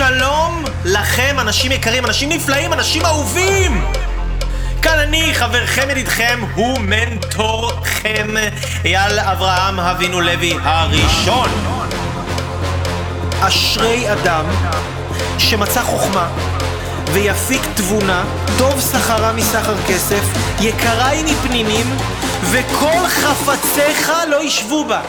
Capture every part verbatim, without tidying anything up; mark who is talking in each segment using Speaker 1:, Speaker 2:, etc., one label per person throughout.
Speaker 1: שלום לכם, אנשים יקרים, אנשים נפלאים, אנשים אהובים. כאן אני, חברכם ידידכם, הוא מנטורכם, אייל אברהם אבינו לוי הראשון. אשרי אדם שמצא חוכמה ויפיק תבונה, טוב שכרה מסחר כסף, יקרה היא מפנינים, וכל חפציך לא ישבו בה.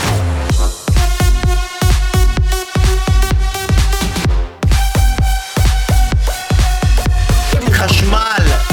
Speaker 1: חשמל.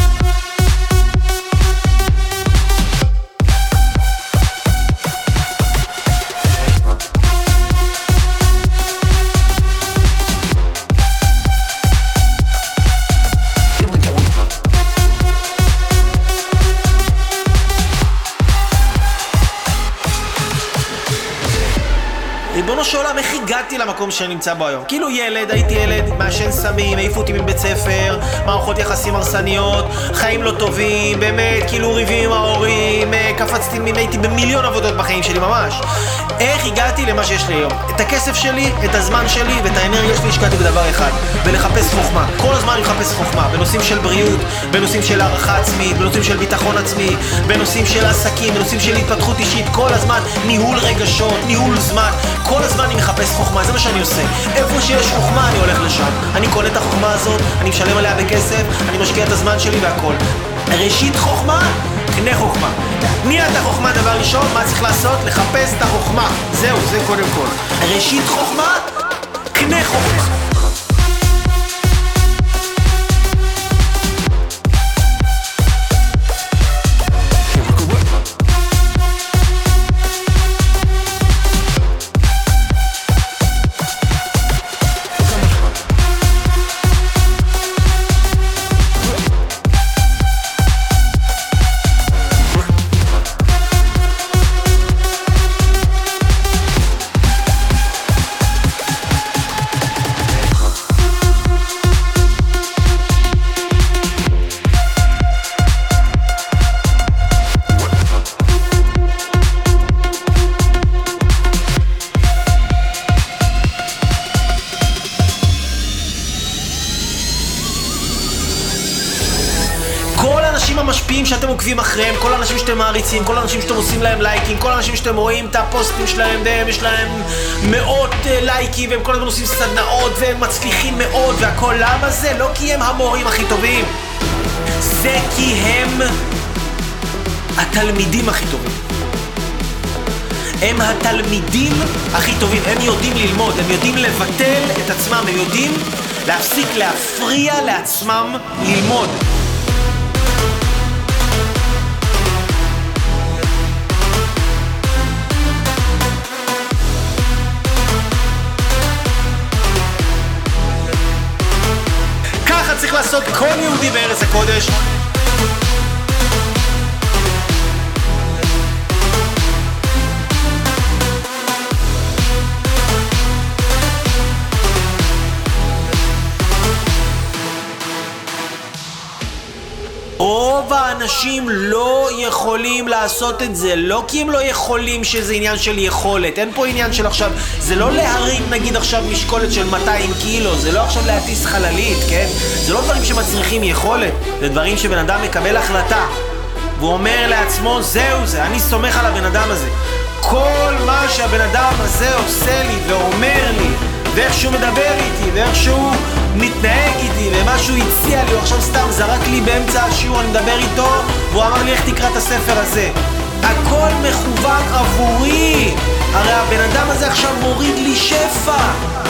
Speaker 1: ריבונו של עולם, איך הגעתי למקום שאני נמצא בו היום? כאילו ילד, הייתי ילד, מעשן סמים, העיפו אותי מבית ספר, מערכות יחסים הרסניות, חיים לא טובים, באמת, כאילו ריבים עם ההורים, קפצתי, הייתי במיליון עבודות בחיים שלי ממש. איך הגעתי למה שיש לי היום? את הכסף שלי, את הזמן שלי ואת האנרגיה שלי השקעתי בדבר אחד, ולחפש חוכמה. כל הזמן אני מחפש חוכמה, בנושאים של בריאות, בנושאים של הערכה עצמית, בנושאים של ביטחון עצמי, בנושאים של עסקים, בנושאים של התפתחות אישית, כל הזמן ניהול רגשות, ניהול זמן. כל הזמן אני מחפש חוכמה, זה מה שאני עושה. איפה שיש חוכמה אני הולך לשם. אני קונה את החוכמה הזאת, אני משלם עליה בכסף, אני משקיע את הזמן שלי והכל. ראשית חוכמה, קנה חוכמה. מי את החוכמה? דבר ראשון, מה צריך לעשות? לחפש את החוכמה. זהו, זה קודם כל. ראשית חוכמה, קנה חוכמה. כל האנשים המשפיעים שאתם עוקבים אחריהם, כל האנשים שאתם מעריצים, כל האנשים שאתם עושים להם לייקים, כל האנשים שאתם רואים את הפוסטים שלהם, דם, יש להם מאות לייקים, והם כל הזמן עושים סדנאות, והם מצליחים מאוד, והכל. למה זה? לא כי הם המורים הכי טובים, זה כי הם התלמידים הכי טובים. הם התלמידים הכי טובים, הם יודעים ללמוד, הם יודעים לבטל את עצמם, הם יודעים להפסיק להפריע לעצמם ללמוד. ככה צריך לעשות כל יהודי בארץ הקודש. רוב האנשים לא יכולים לעשות את זה, לא כי הם לא יכולים שזה עניין של יכולת, אין פה עניין של עכשיו, זה לא להרים נגיד עכשיו משקולת של מאתיים קילו, זה לא עכשיו להטיס חללית, כן? זה לא דברים שמצריכים יכולת, זה דברים שבן אדם מקבל החלטה והוא אומר לעצמו, זהו זה, אני סומך על הבן אדם הזה. כל מה שהבן אדם הזה עושה לי ואומר לי, ואיך שהוא מדבר איתי, ואיך שהוא מתנהג איתי, ומה שהוא הציע לי, הוא עכשיו סתם זרק לי באמצע השיעור, אני מדבר איתו, והוא אמר לי איך תקרא את הספר הזה. הכל מכוון עבורי. הרי הבן אדם הזה עכשיו מוריד לי שפע.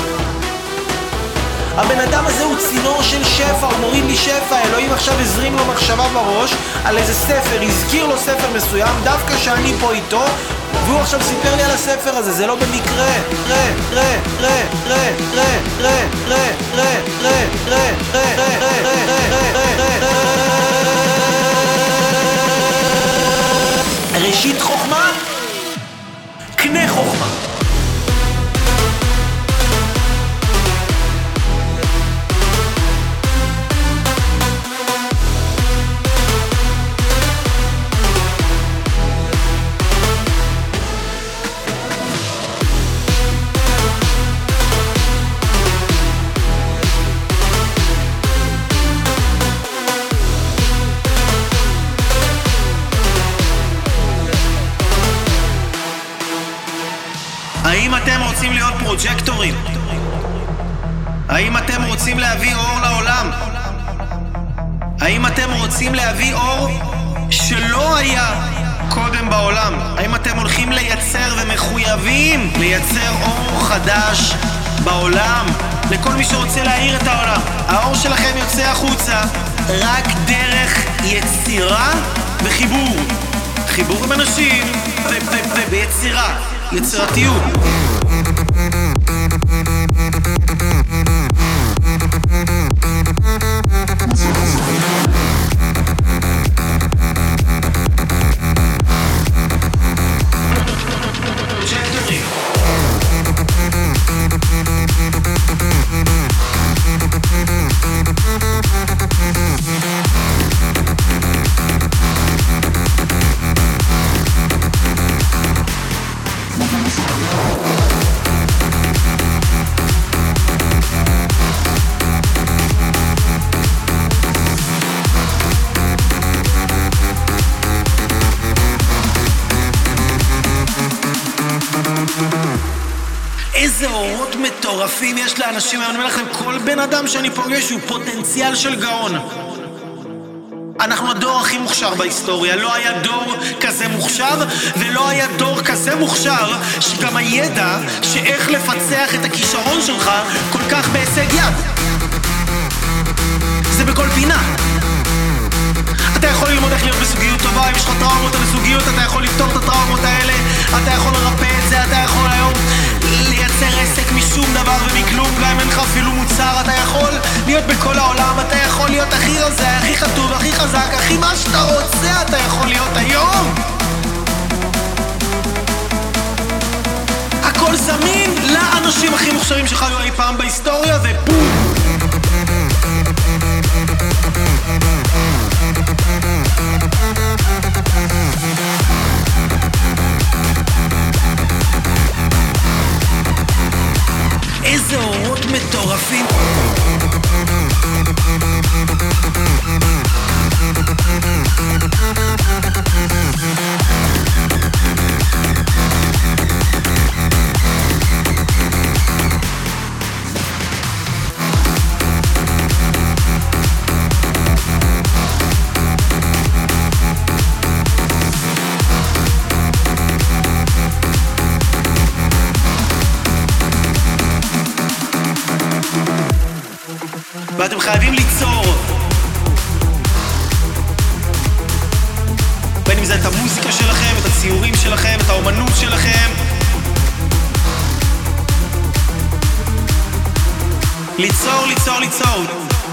Speaker 1: הבן אדם הזה הוא צינור של שפע, הוא מוריד לי שפע. אלוהים עכשיו הזרים לו מחשבה בראש על איזה ספר, הזכיר לו ספר מסוים, דווקא שאני פה איתו, והוא עכשיו סיפר לי על הספר הזה, זה לא במקרה. רה, רה, רה, רה, רה, רה, רה, רה, רה, רה, רה, רה. ראשית חוכמה, קנה חוכמה. האם אתם רוצים להיות פרוג'קטורים? האם אתם רוצים להביא אור לעולם? האם אתם רוצים להביא אור שלא היה קודם בעולם? האם אתם הולכים לייצר ומחויבים לייצר אור חדש בעולם? לכל מי שרוצה להאיר את העולם, האור שלכם יוצא החוצה רק דרך יצירה וחיבור. חיבור עם אנשים ויצירה, יצירתיות. איזה אורות מטורפים יש לאנשים. אני אומר לכם, כל בן אדם שאני פוגש הוא פוטנציאל של גאון. אנחנו הדור הכי מוכשר בהיסטוריה. לא היה דור כזה מוכשר, ולא היה דור כזה מוכשר שגם הידע שאיך לפצח את הכישרון שלך כל כך בהישג יד. זה בכל פינה. אתה יכול ללמוד איך להיות בזוגיות טובה. אם יש לך טראומות על זוגיות, אתה יכול לפתור את הטראומות האלה. אתה יכול לרפא את זה. אתה יכול היום לייצר עסק משום דבר ומכלום. גם אם אין לך אפילו מוצר, אתה יכול להיות בכל העולם. אתה יכול להיות הכי רזה, הכי חטוב, הכי חזק, הכי מה שאתה רוצה. אתה יכול להיות היום. הכל זמין לאנשים הכי מוכשרים שחיו אי פעם בהיסטוריה, ובום. איזה אורות מטורפים. ואתם חייבים ליצור, בין אם זה את המוזיקה שלכם, את הציורים שלכם, את האומנות שלכם. ליצור, ליצור, ליצור.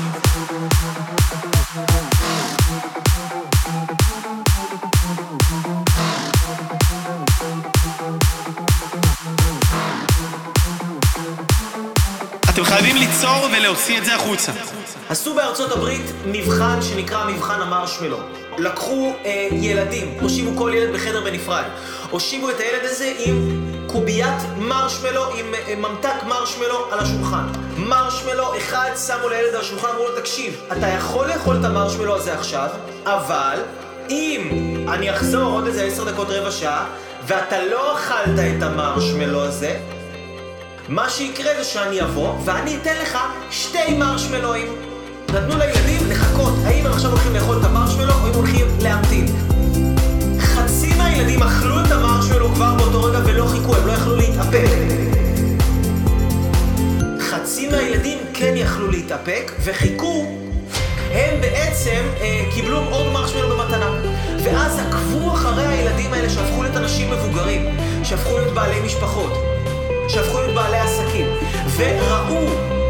Speaker 1: אתם חייבים ליצור ולהוציא את זה החוצה. עשו בארצות הברית מבחן שנקרא מבחן המרשמלו. לקחו אה, ילדים, הושיבו כל ילד בחדר בנפרד. הושיבו את הילד הזה עם קוביית מרשמלו, עם אה, ממתק מרשמלו על השולחן. מרשמלו אחד שמו לילד על השולחן, אמרו לו, תקשיב, אתה יכול לאכול את המרשמלו הזה עכשיו, אבל אם אני אחזור עוד איזה עשר דקות רבע שעה, ואתה לא אכלת את המרשמלו הזה, מה שיקרה זה שאני אבוא ואני אתן לך שתי מרשמלואים. נתנו לילדים לחכות, האם הם עכשיו הולכים לאכול את המרשמלו או הם הולכים להמתין. חצי מהילדים אכלו את המרשמלו כבר באותו רגע ולא חיכו, הם לא יכלו להתאפק. חצי מהילדים כן יכלו להתאפק וחיכו. הם בעצם אה, קיבלו עוד מרשמלו במתנה. ואז עקבו אחרי הילדים האלה שהפכו להיות אנשים מבוגרים, שהפכו להיות בעלי משפחות, שהפכו להיות בעלי עסקים, וראו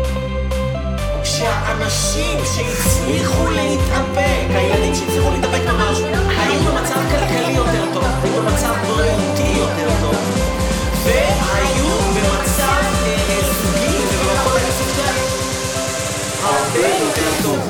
Speaker 1: שהאנשים שהצליחו להתאפק, הילדים שהצליחו להתאפק במרשמלו, היו במצב כלכלי יותר טוב, היו במצב בריאותי יותר טוב, והיו במצב זוגי ובמקום הסוציאלי הרבה יותר טוב.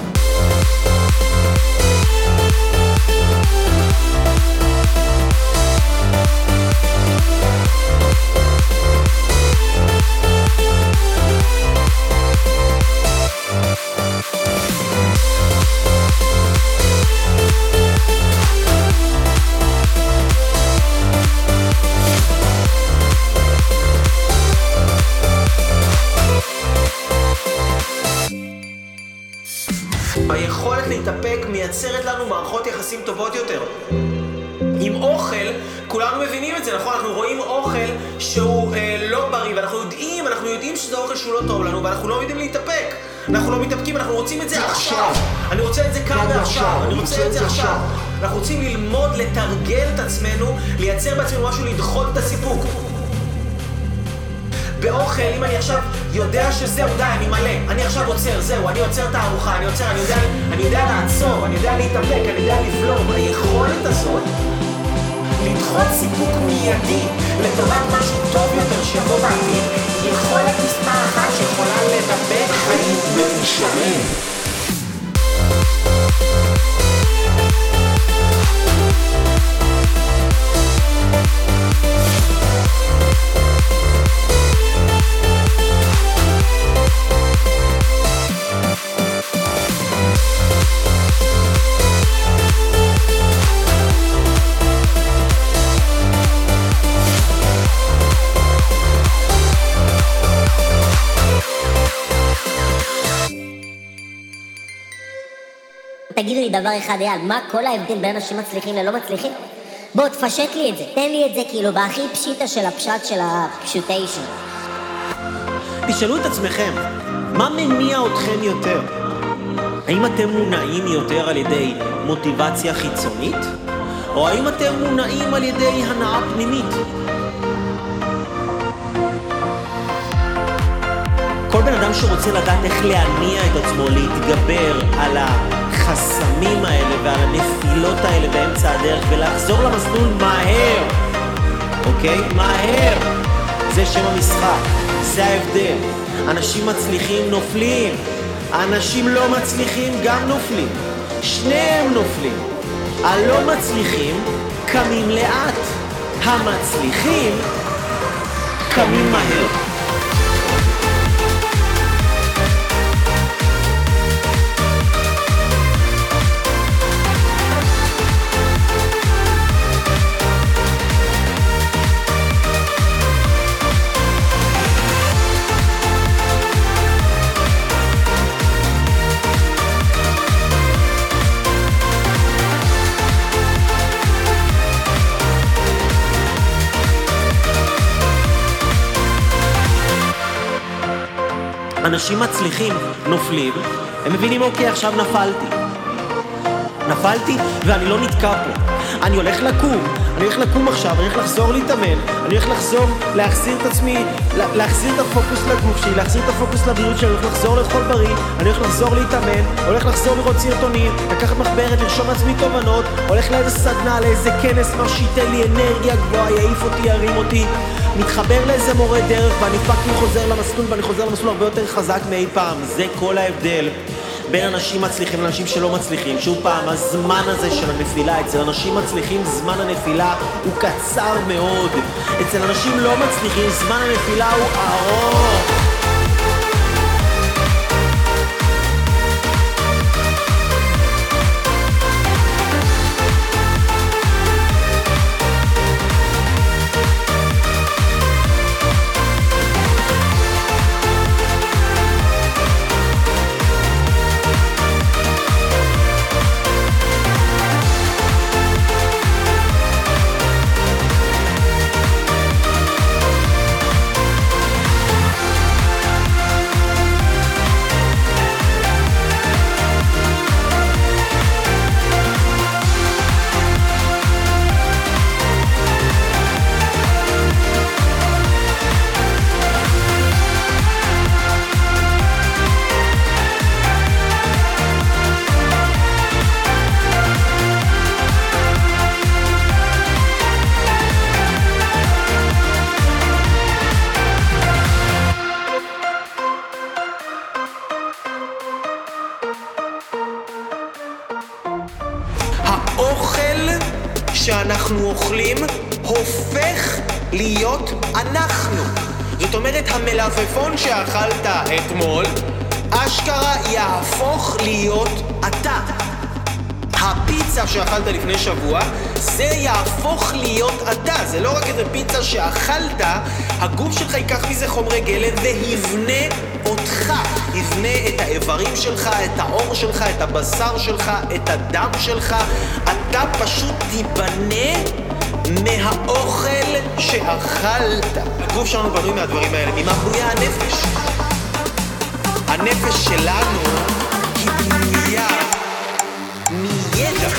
Speaker 1: מייצרת לנו מערכות יחסים טובות יותר. עם אוכל, כולנו מבינים את זה, נכון? אנחנו רואים אוכל שהוא אה, לא בריא, ואנחנו יודעים, אנחנו יודעים שזה אוכל שהוא לא טוב לנו, ואנחנו לא יודעים להתאפק. אנחנו לא מתאפקים, אנחנו רוצים את זה עכשיו. אני רוצה את זה כאן ועכשיו, אני רוצה את זה עכשיו. אנחנו רוצים ללמוד, לתרגל את עצמנו, לייצר בעצמנו משהו, לדחות את הסיפוק. באוכל, אם אני עכשיו יודע שזהו, די, אני מלא, אני עכשיו עוצר, זהו, אני עוצר את הארוחה, אני עוצר, אני יודע, אני יודע לעצור, אני יודע להתאפק, אני יודע לבלום. היכולת הזאת לדחות סיפוק מיידי לטובת משהו טוב יותר שיבוא בעתיד, יכולת מספר אחת שיכולה לדבק חיים מאושרים.
Speaker 2: תגידו לי דבר אחד, אייל, מה כל ההבדל בין אנשים מצליחים ללא מצליחים? בוא, תפשט לי את זה, תן לי את זה כאילו בהכי פשיטה של הפשט של הפשוטיישן.
Speaker 1: תשאלו את עצמכם, מה מניע אתכם יותר? האם אתם מונעים יותר על ידי מוטיבציה חיצונית? או האם אתם מונעים על ידי הנאה פנימית? כל בן אדם שרוצה לדעת איך להניע את עצמו, להתגבר על החסמים האלה ועל הנפילות האלה באמצע הדרך ולחזור למסלול מהר, אוקיי? מהר! זה שם המשחק, זה ההבדל. אנשים מצליחים נופלים, אנשים לא מצליחים גם נופלים, שניהם נופלים. הלא מצליחים קמים לאט, המצליחים קמים מהר. אנשים מצליחים נופלים, הם מבינים אוקיי עכשיו נפלתי נפלתי ואני לא נתקע פה, אני הולך לקום, אני הולך לקום עכשיו, אני הולך לחזור להתאמן, אני הולך לחזור להחזיר את עצמי, להחזיר את הפוקוס לגוף שלי, להחזיר את הפוקוס לבריאות שלי, אני הולך לחזור לאכול בריא, אני הולך לחזור להתאמן, הולך לחזור לראות סרטונים, לקחת מחברת, לרשום לעצמי תובנות, הולך לאיזה סדנה, לאיזה כנס, מה שייתן לי אנרגיה גבוהה, יעיף אותי, ירים אותי, מתחבר לאיזה מורה דרך ואני פאקינג חוזר למסלול ואני חוזר למסלול הרבה יותר חזק מאי פעם. זה כל ההבדל בין אנשים מצליחים לאנשים שלא מצליחים. שוב פעם, הזמן הזה של הנפילה, אצל אנשים מצליחים זמן הנפילה הוא קצר מאוד, אצל אנשים לא מצליחים זמן הנפילה הוא ארוך. האוכל שאנחנו אוכלים הופך להיות אנחנו. זאת אומרת, המלפפון שאכלת אתמול, אשכרה יהפוך להיות אתה. הפיצה שאכלת לפני שבוע, זה יהפוך להיות אתה. זה לא רק איזה פיצה שאכלת, הגוף שלך ייקח מזה חומרי גלם ויבנה אותך. יבנה את האיברים שלך, את העור שלך, את הבשר שלך, את הדם שלך. אתה פשוט תיבנה מהאוכל שאכלת. הגוף שלנו בנוי מהדברים האלה. ממה בנויה הנפש? הנפש שלנו היא בנויה מידע.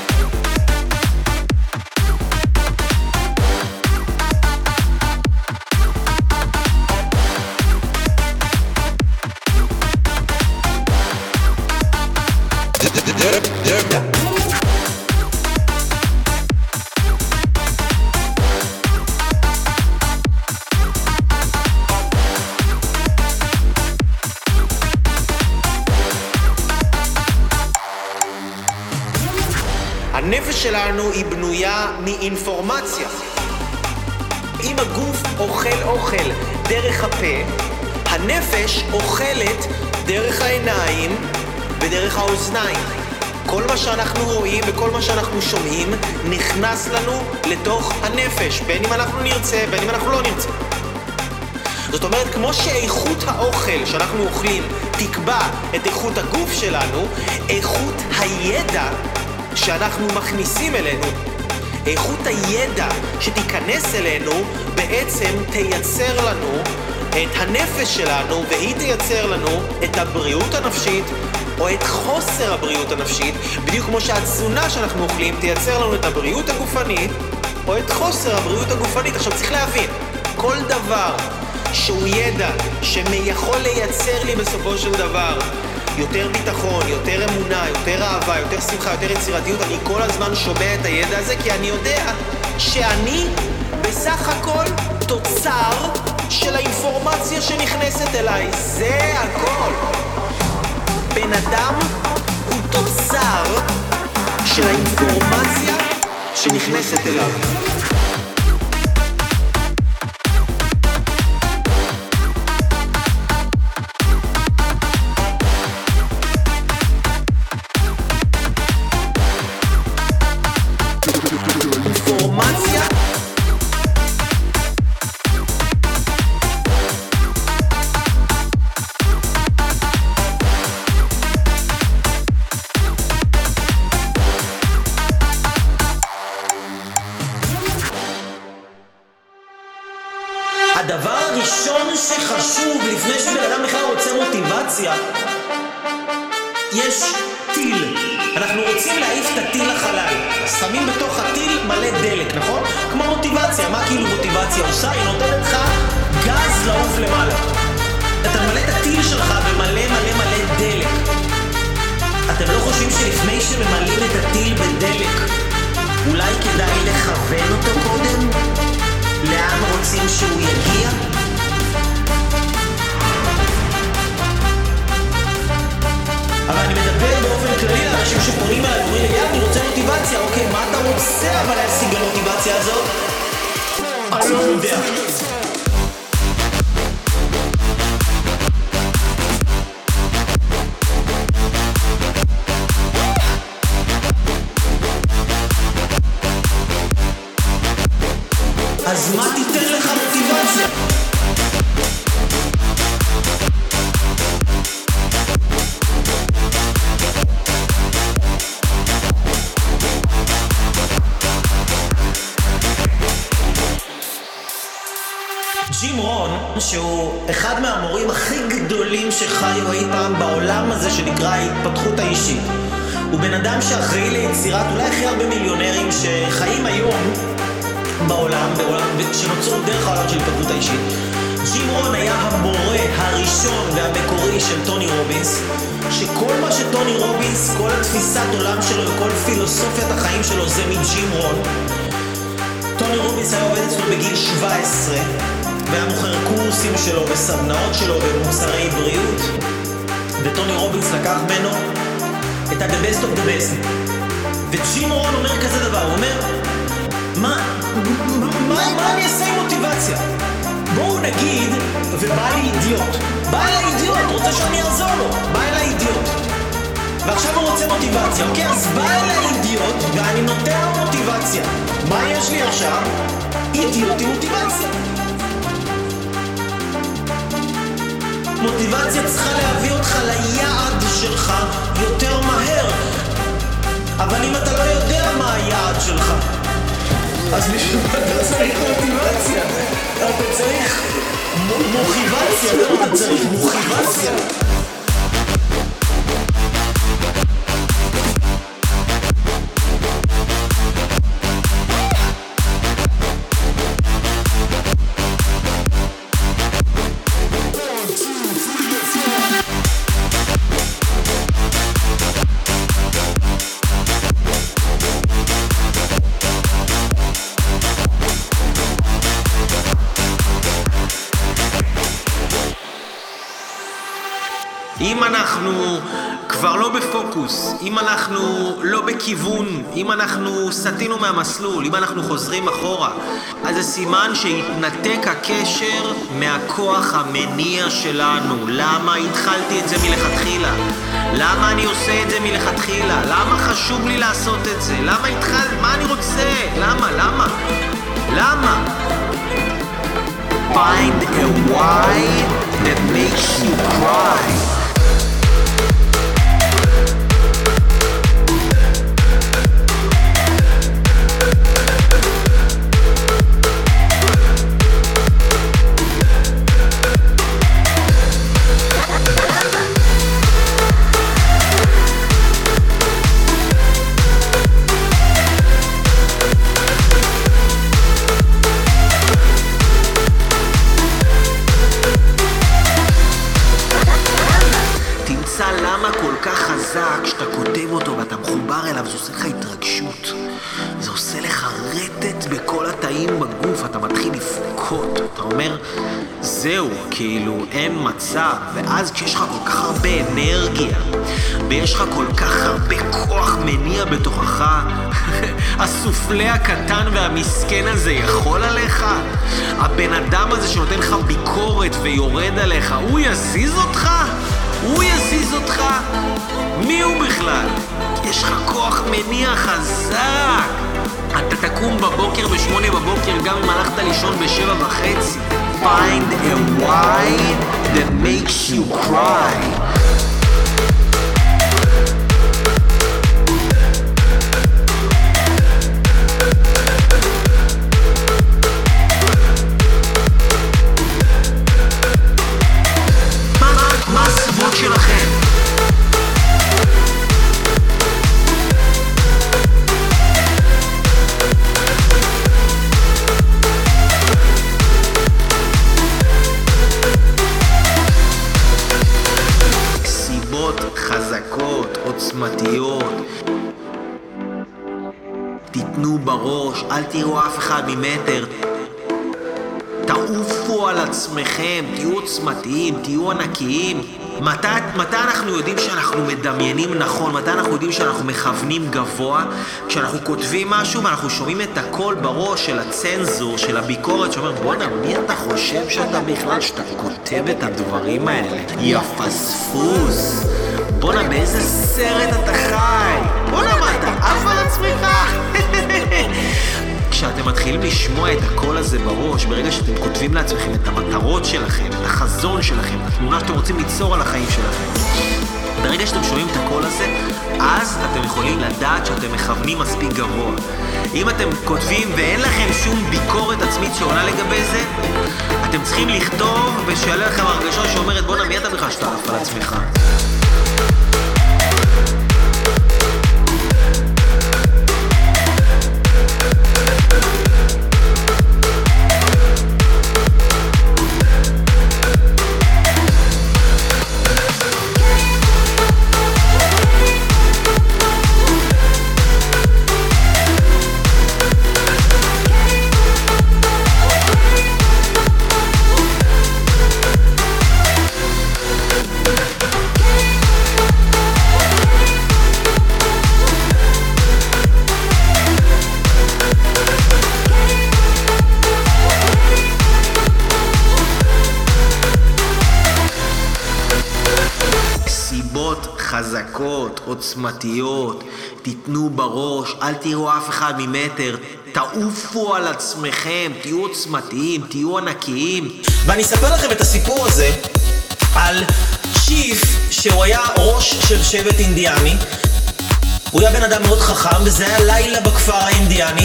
Speaker 1: הנפש שלנו היא בנויה מאינפורמציה. אם הגוף אוכל אוכל דרך הפה, הנפש אוכלת דרך העיניים ודרך האוזניים. כל מה שאנחנו רואים וכל מה שאנחנו שומעים נכנס לנו לתוך הנפש, בין אם אנחנו נרצה, בין אם אנחנו לא נרצה. זאת אומרת, כמו שאיכות האוכל שאנחנו אוכלים תקבע את איכות הגוף שלנו, איכות הידע שאנחנו מכניסים אלינו, איכות הידע שתיכנס אלינו בעצם תייצר לנו את הנפש שלנו, והיא תייצר לנו את הבריאות הנפשית או את חוסר הבריאות הנפשית, בדיוק כמו שהתזונה שאנחנו אוכלים תייצר לנו את הבריאות הגופנית או את חוסר הבריאות הגופנית. עכשיו צריך להבין, כל דבר שהוא ידע שיכול לייצר לי בסופו של דבר יותר ביטחון, יותר אמונה, יותר אהבה, יותר שמחה, יותר יצירתיות, אני כל הזמן שומע את הידע הזה, כי אני יודע שאני בסך הכל תוצר של האינפורמציה שנכנסת אליי. זה הכל. בן אדם הוא תוצר של האינפורמציה שנכנסת אליו. אינפורמציה הדבר הראשון שחשוב לפני שבן אדם בכלל רוצה מוטיבציה, יש טיל. אנחנו רוצים להעיף את הטיל לחלל. שמים בתוך הטיל מלא דלק, נכון? כמו מוטיבציה. מה כאילו מוטיבציה עושה? היא נותנת לך גז לעוף למעלה. אתה מלא את הטיל שלך במלא מלא מלא דלק. אתם לא חושבים שלפני שממלאים את הטיל בדלק אולי כדאי לכוון אותו קודם? לאן רוצים שהוא יגיע? אבל אני מדבר באופן כללי לאנשים שפונים עליי, אומרים לי, אני רוצה מוטיבציה. אוקיי, מה אתה רוצה אבל להשיג במוטיבציה הזאת? אני לא יודע. אז מה תיתן לך מוטיבציה? ג'ים רון, שהוא אחד מהמורים הכי גדולים שחיו אי פעם בעולם הזה שנקרא ההתפתחות האישית, הוא בן אדם שאחראי ליצירת אולי הכי הרבה מיליונרים שחיים היום בעולם, בעולם שנוצרו דרך העולם של התפתחות האישית. ג'ים רון היה המורה הראשון והמקורי של טוני רובינס, שכל מה שטוני רובינס, כל התפיסת עולם שלו וכל פילוסופיית החיים שלו זה מג'ים רון. טוני רובינס היה עובד אצלו בגיל שבע עשרה והיה מוכר קורסים שלו וסדנאות שלו ומוצרי בריאות, וטוני רובינס לקח ממנו את ה-the best of the best. וג'ים רון אומר כזה דבר, הוא אומר, מה, מה, מה אני אעשה עם מוטיבציה? בואו נגיד, ובא לי אידיוט. בא אליי אידיוט, רוצה שאני אעזור לו. בא אליי אידיוט. ועכשיו הוא רוצה מוטיבציה, אוקיי? אז בא אליי אידיוט, ואני נותן לו מוטיבציה. מה יש לי עכשיו? אידיוט עם מוטיבציה. מוטיבציה צריכה להביא אותך ליעד שלך יותר מהר. אבל אם אתה לא יודע מה היעד שלך, אז בשביל אתה צריך מוטיבציה. אתה צריך מוחיבציה, אתה צריך מוחיבציה. אם אנחנו כבר לא בפוקוס, אם אנחנו לא בכיוון, אם אנחנו סטינו מהמסלול, אם אנחנו חוזרים אחורה, אז זה סימן שהתנתק הקשר מהכוח המניע שלנו. למה התחלתי את זה מלכתחילה? למה אני עושה את זה מלכתחילה? למה חשוב לי לעשות את זה? למה התחלתי? מה אני רוצה? למה? למה? למה? Find a why that makes you cry. למה כל כך חזק שאתה כותב אותו ואתה מחובר אליו, זה עושה לך התרגשות, זה עושה לך רטט בכל התאים בגוף, אתה מתחיל לפקוט, אתה אומר זהו, כאילו אין מצב. ואז כשיש לך כל כך הרבה אנרגיה ויש לך כל כך הרבה כוח מניע בתוכך, הסופלה הקטן והמסכן הזה יכול עליך? הבן אדם הזה שנותן לך ביקורת ויורד עליך, הוא יזיז אותך? הוא יזיז אותך? מי הוא בכלל? יש לך כוח מניע חזק. אתה תקום בבוקר בשמונה בבוקר גם אם הלכת לישון בשבע וחצי. Find a why that makes you cry. מה הסיבות שלכם? סיבות חזקות, עוצמתיות. תיתנו בראש, אל תראו אף אחד ממטר. תעופו על עצמכם, תהיו עוצמתיים, תהיו ענקיים. מתי, מתי אנחנו יודעים שאנחנו מדמיינים נכון? מתי אנחנו יודעים שאנחנו מכוונים גבוה? כשאנחנו כותבים משהו ואנחנו שומעים את הקול בראש של הצנזור, של הביקורת, שאומר, בוא'נה, מי אתה חושב שאתה בכלל, שאתה כותב את הדברים האלה? יא פספוס. בוא'נה, באיזה סרט אתה חי? בוא'נה, מה אתה עף על עצמך? כשאתם מתחילים לשמוע את הקול הזה בראש, ברגע שאתם כותבים לעצמכם את המטרות שלכם, את החזון שלכם, את התמונה שאתם רוצים ליצור על החיים שלכם, ברגע שאתם שומעים את הקול הזה, אז אתם יכולים לדעת שאתם מכוונים מספיק גבוה. אם אתם כותבים ואין לכם שום ביקורת עצמית שעולה לגבי זה, אתם צריכים לכתוב ושיעלה לכם הרגשה שאומרת, בוא'נה, מי אתה בכלל שאתה עף על עצמך?
Speaker 3: Okay.
Speaker 1: חזקות, עוצמתיות, תיתנו בראש, אל תראו אף אחד ממטר, תעופו על עצמכם, תהיו עוצמתיים, תהיו ענקיים. ואני אספר לכם את הסיפור הזה על צ'יף שהוא היה ראש של שבט אינדיאני. הוא היה בן אדם מאוד חכם, וזה היה לילה בכפר האינדיאני.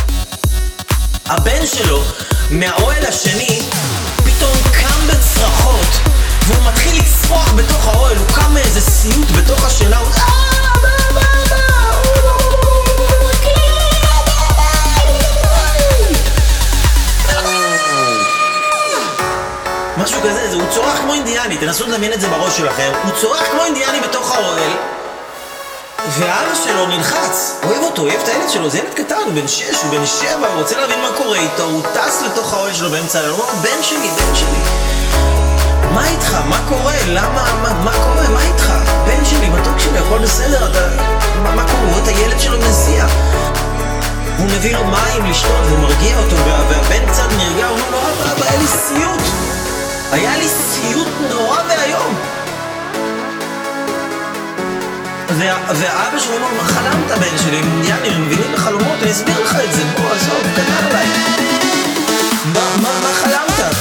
Speaker 1: הבן שלו מהאוהל השני פתאום קם בצרחות, והוא מתחיל לצרוח בתוך האוהל. הוא קם מאיזה סיוט בתוך השינה, הוא משהו כזה, הוא צורח כמו אינדיאני. תנסו לדמיין את זה בראש שלכם. הוא צורח כמו אינדיאני בתוך האוהל, והאבא שלו נלחץ, אוהב אותו, אוהב את הילד שלו, זה ילד קטן, הוא בן שש, הוא בן שבע, הוא רוצה להבין מה קורה איתו, הוא טס לתוך האוהל שלו באמצע הלילה, הוא אומר, בן שלי, בן שלי, מה איתך? מה קורה? למה? מה, מה קורה? מה איתך? בן שלי, מתוק שלי, הכל בסדר, אתה... מה, מה קורה? הוא רואה את הילד שלו מזיע, הוא מביא לו מים לשתות, והוא מרגיע אותו, והבן קצת נרגע, הוא אומר לו, אבא, אבא, היה לי סיוט, היה לי סיוט נורא והיום. והאבא שלו אומר, מה חלמת בן שלי? יאני, הם מבינים לחלומות, אני אסביר לך את זה, בוא, עזוב, קטן עליי. מה, מה, מה חלמת?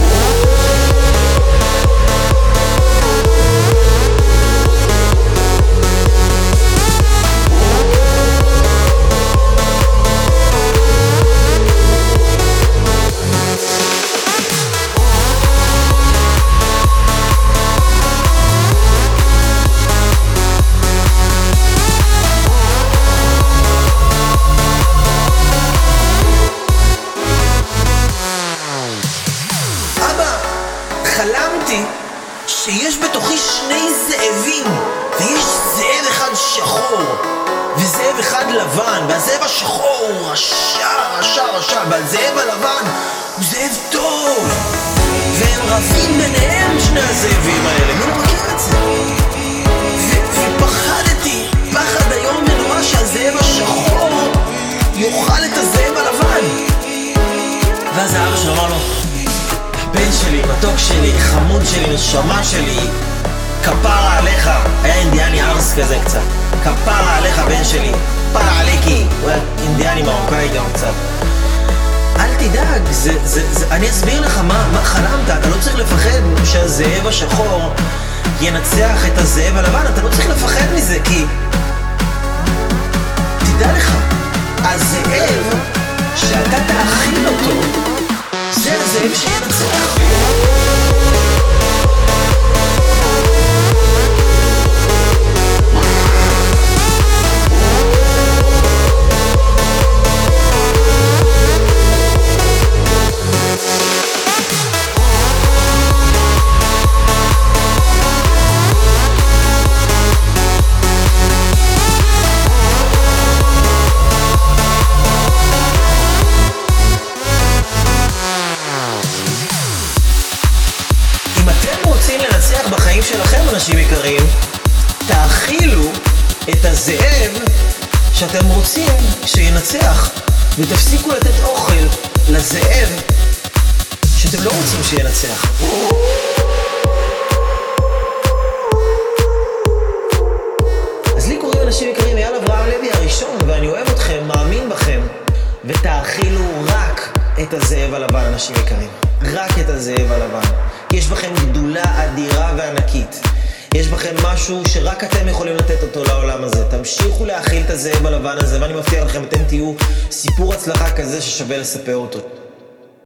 Speaker 1: חלמתי שיש בתוכי שני זאבים, ויש זאב אחד שחור וזאב אחד לבן, והזאב השחור הוא רשע, רשע, רשע, והזאב הלבן הוא זאב טוב, והם רבים ביניהם שני הזאבים האלה. מי לא מכיר את זה? ופחדתי פחד היום ונורא שהזאב השחור יאכל את הזאב הלבן. ואז האבא שלו אמר לו, בן שלי, מתוק שלי, חמוד שלי, נשמה שלי, כפרה עליך. היה אינדיאני ארס כזה קצת. כפרה עליך בן שלי, פרה עליקי. הוא היה אינדיאני מרוקאי גם קצת. אל תדאג, זה, זה, זה, אני אסביר לך מה, מה חלמת. אתה לא צריך לפחד שהזאב השחור ינצח את הזאב הלבן. אתה לא צריך לפחד מזה, כי תדע לך, הזאב שאתה תאכיל אותו זה הזאב שינצח. בחיים שלכם, אנשים יקרים, תאכילו את הזאב שאתם רוצים שינצח, ותפסיקו לתת אוכל לזאב שאתם לא רוצים שינצח. אז לי קוראים אנשים יקרים, אייל אברהם לוי הראשון, ואני אוהב אתכם, מאמין בכם, ותאכילו רק את הזאב הלבן, אנשים יקרים, רק את הזאב הלבן. יש בכם גדולה אדירה וענקית. יש בכם משהו שרק אתם יכולים לתת אותו לעולם הזה. תמשיכו להאכיל את הזאב הלבן הזה, ואני מבטיח לכם, אתם תהיו סיפור הצלחה כזה ששווה לספר אותו.